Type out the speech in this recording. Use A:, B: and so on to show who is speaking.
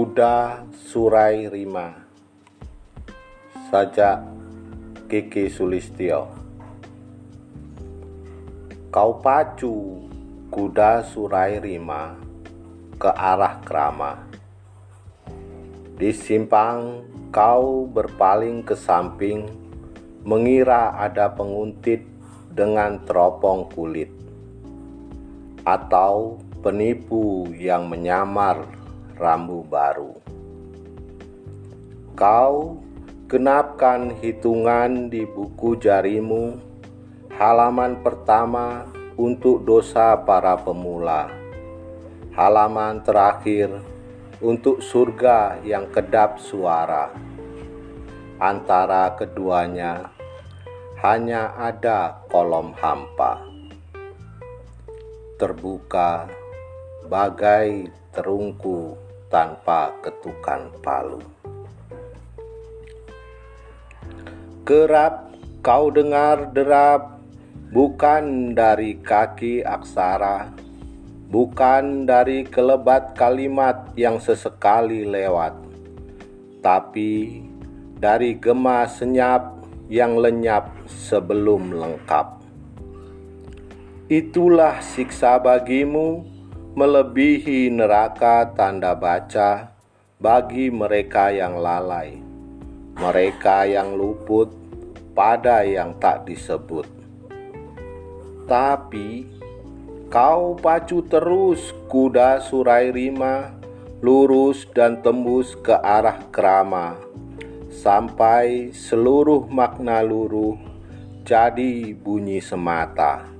A: Kuda Surai Rima. Sajak Kiki Sulistyo. Kau pacu kuda Surai Rima ke arah Krama. Di simpang kau berpaling ke samping, mengira ada penguntit dengan teropong kulit, atau penipu yang menyamar rambu baru. Kau genapkan hitungan di buku jarimu, halaman pertama untuk dosa para pemula, halaman terakhir untuk surga yang kedap suara. Antara keduanya hanya ada kolom hampa, terbuka bagai terungku tanpa ketukan palu. Kerap kau dengar derap, bukan dari kaki aksara, bukan dari kelebat kalimat yang sesekali lewat, tapi dari gema senyap yang lenyap sebelum lengkap. Itulah siksa bagimu, melebihi neraka tanda baca bagi mereka yang lalai, mereka yang luput pada yang tak disebut. Tapi kau pacu terus kuda Surai Rima, lurus dan tembus ke arah Krama, sampai seluruh makna luruh jadi bunyi semata.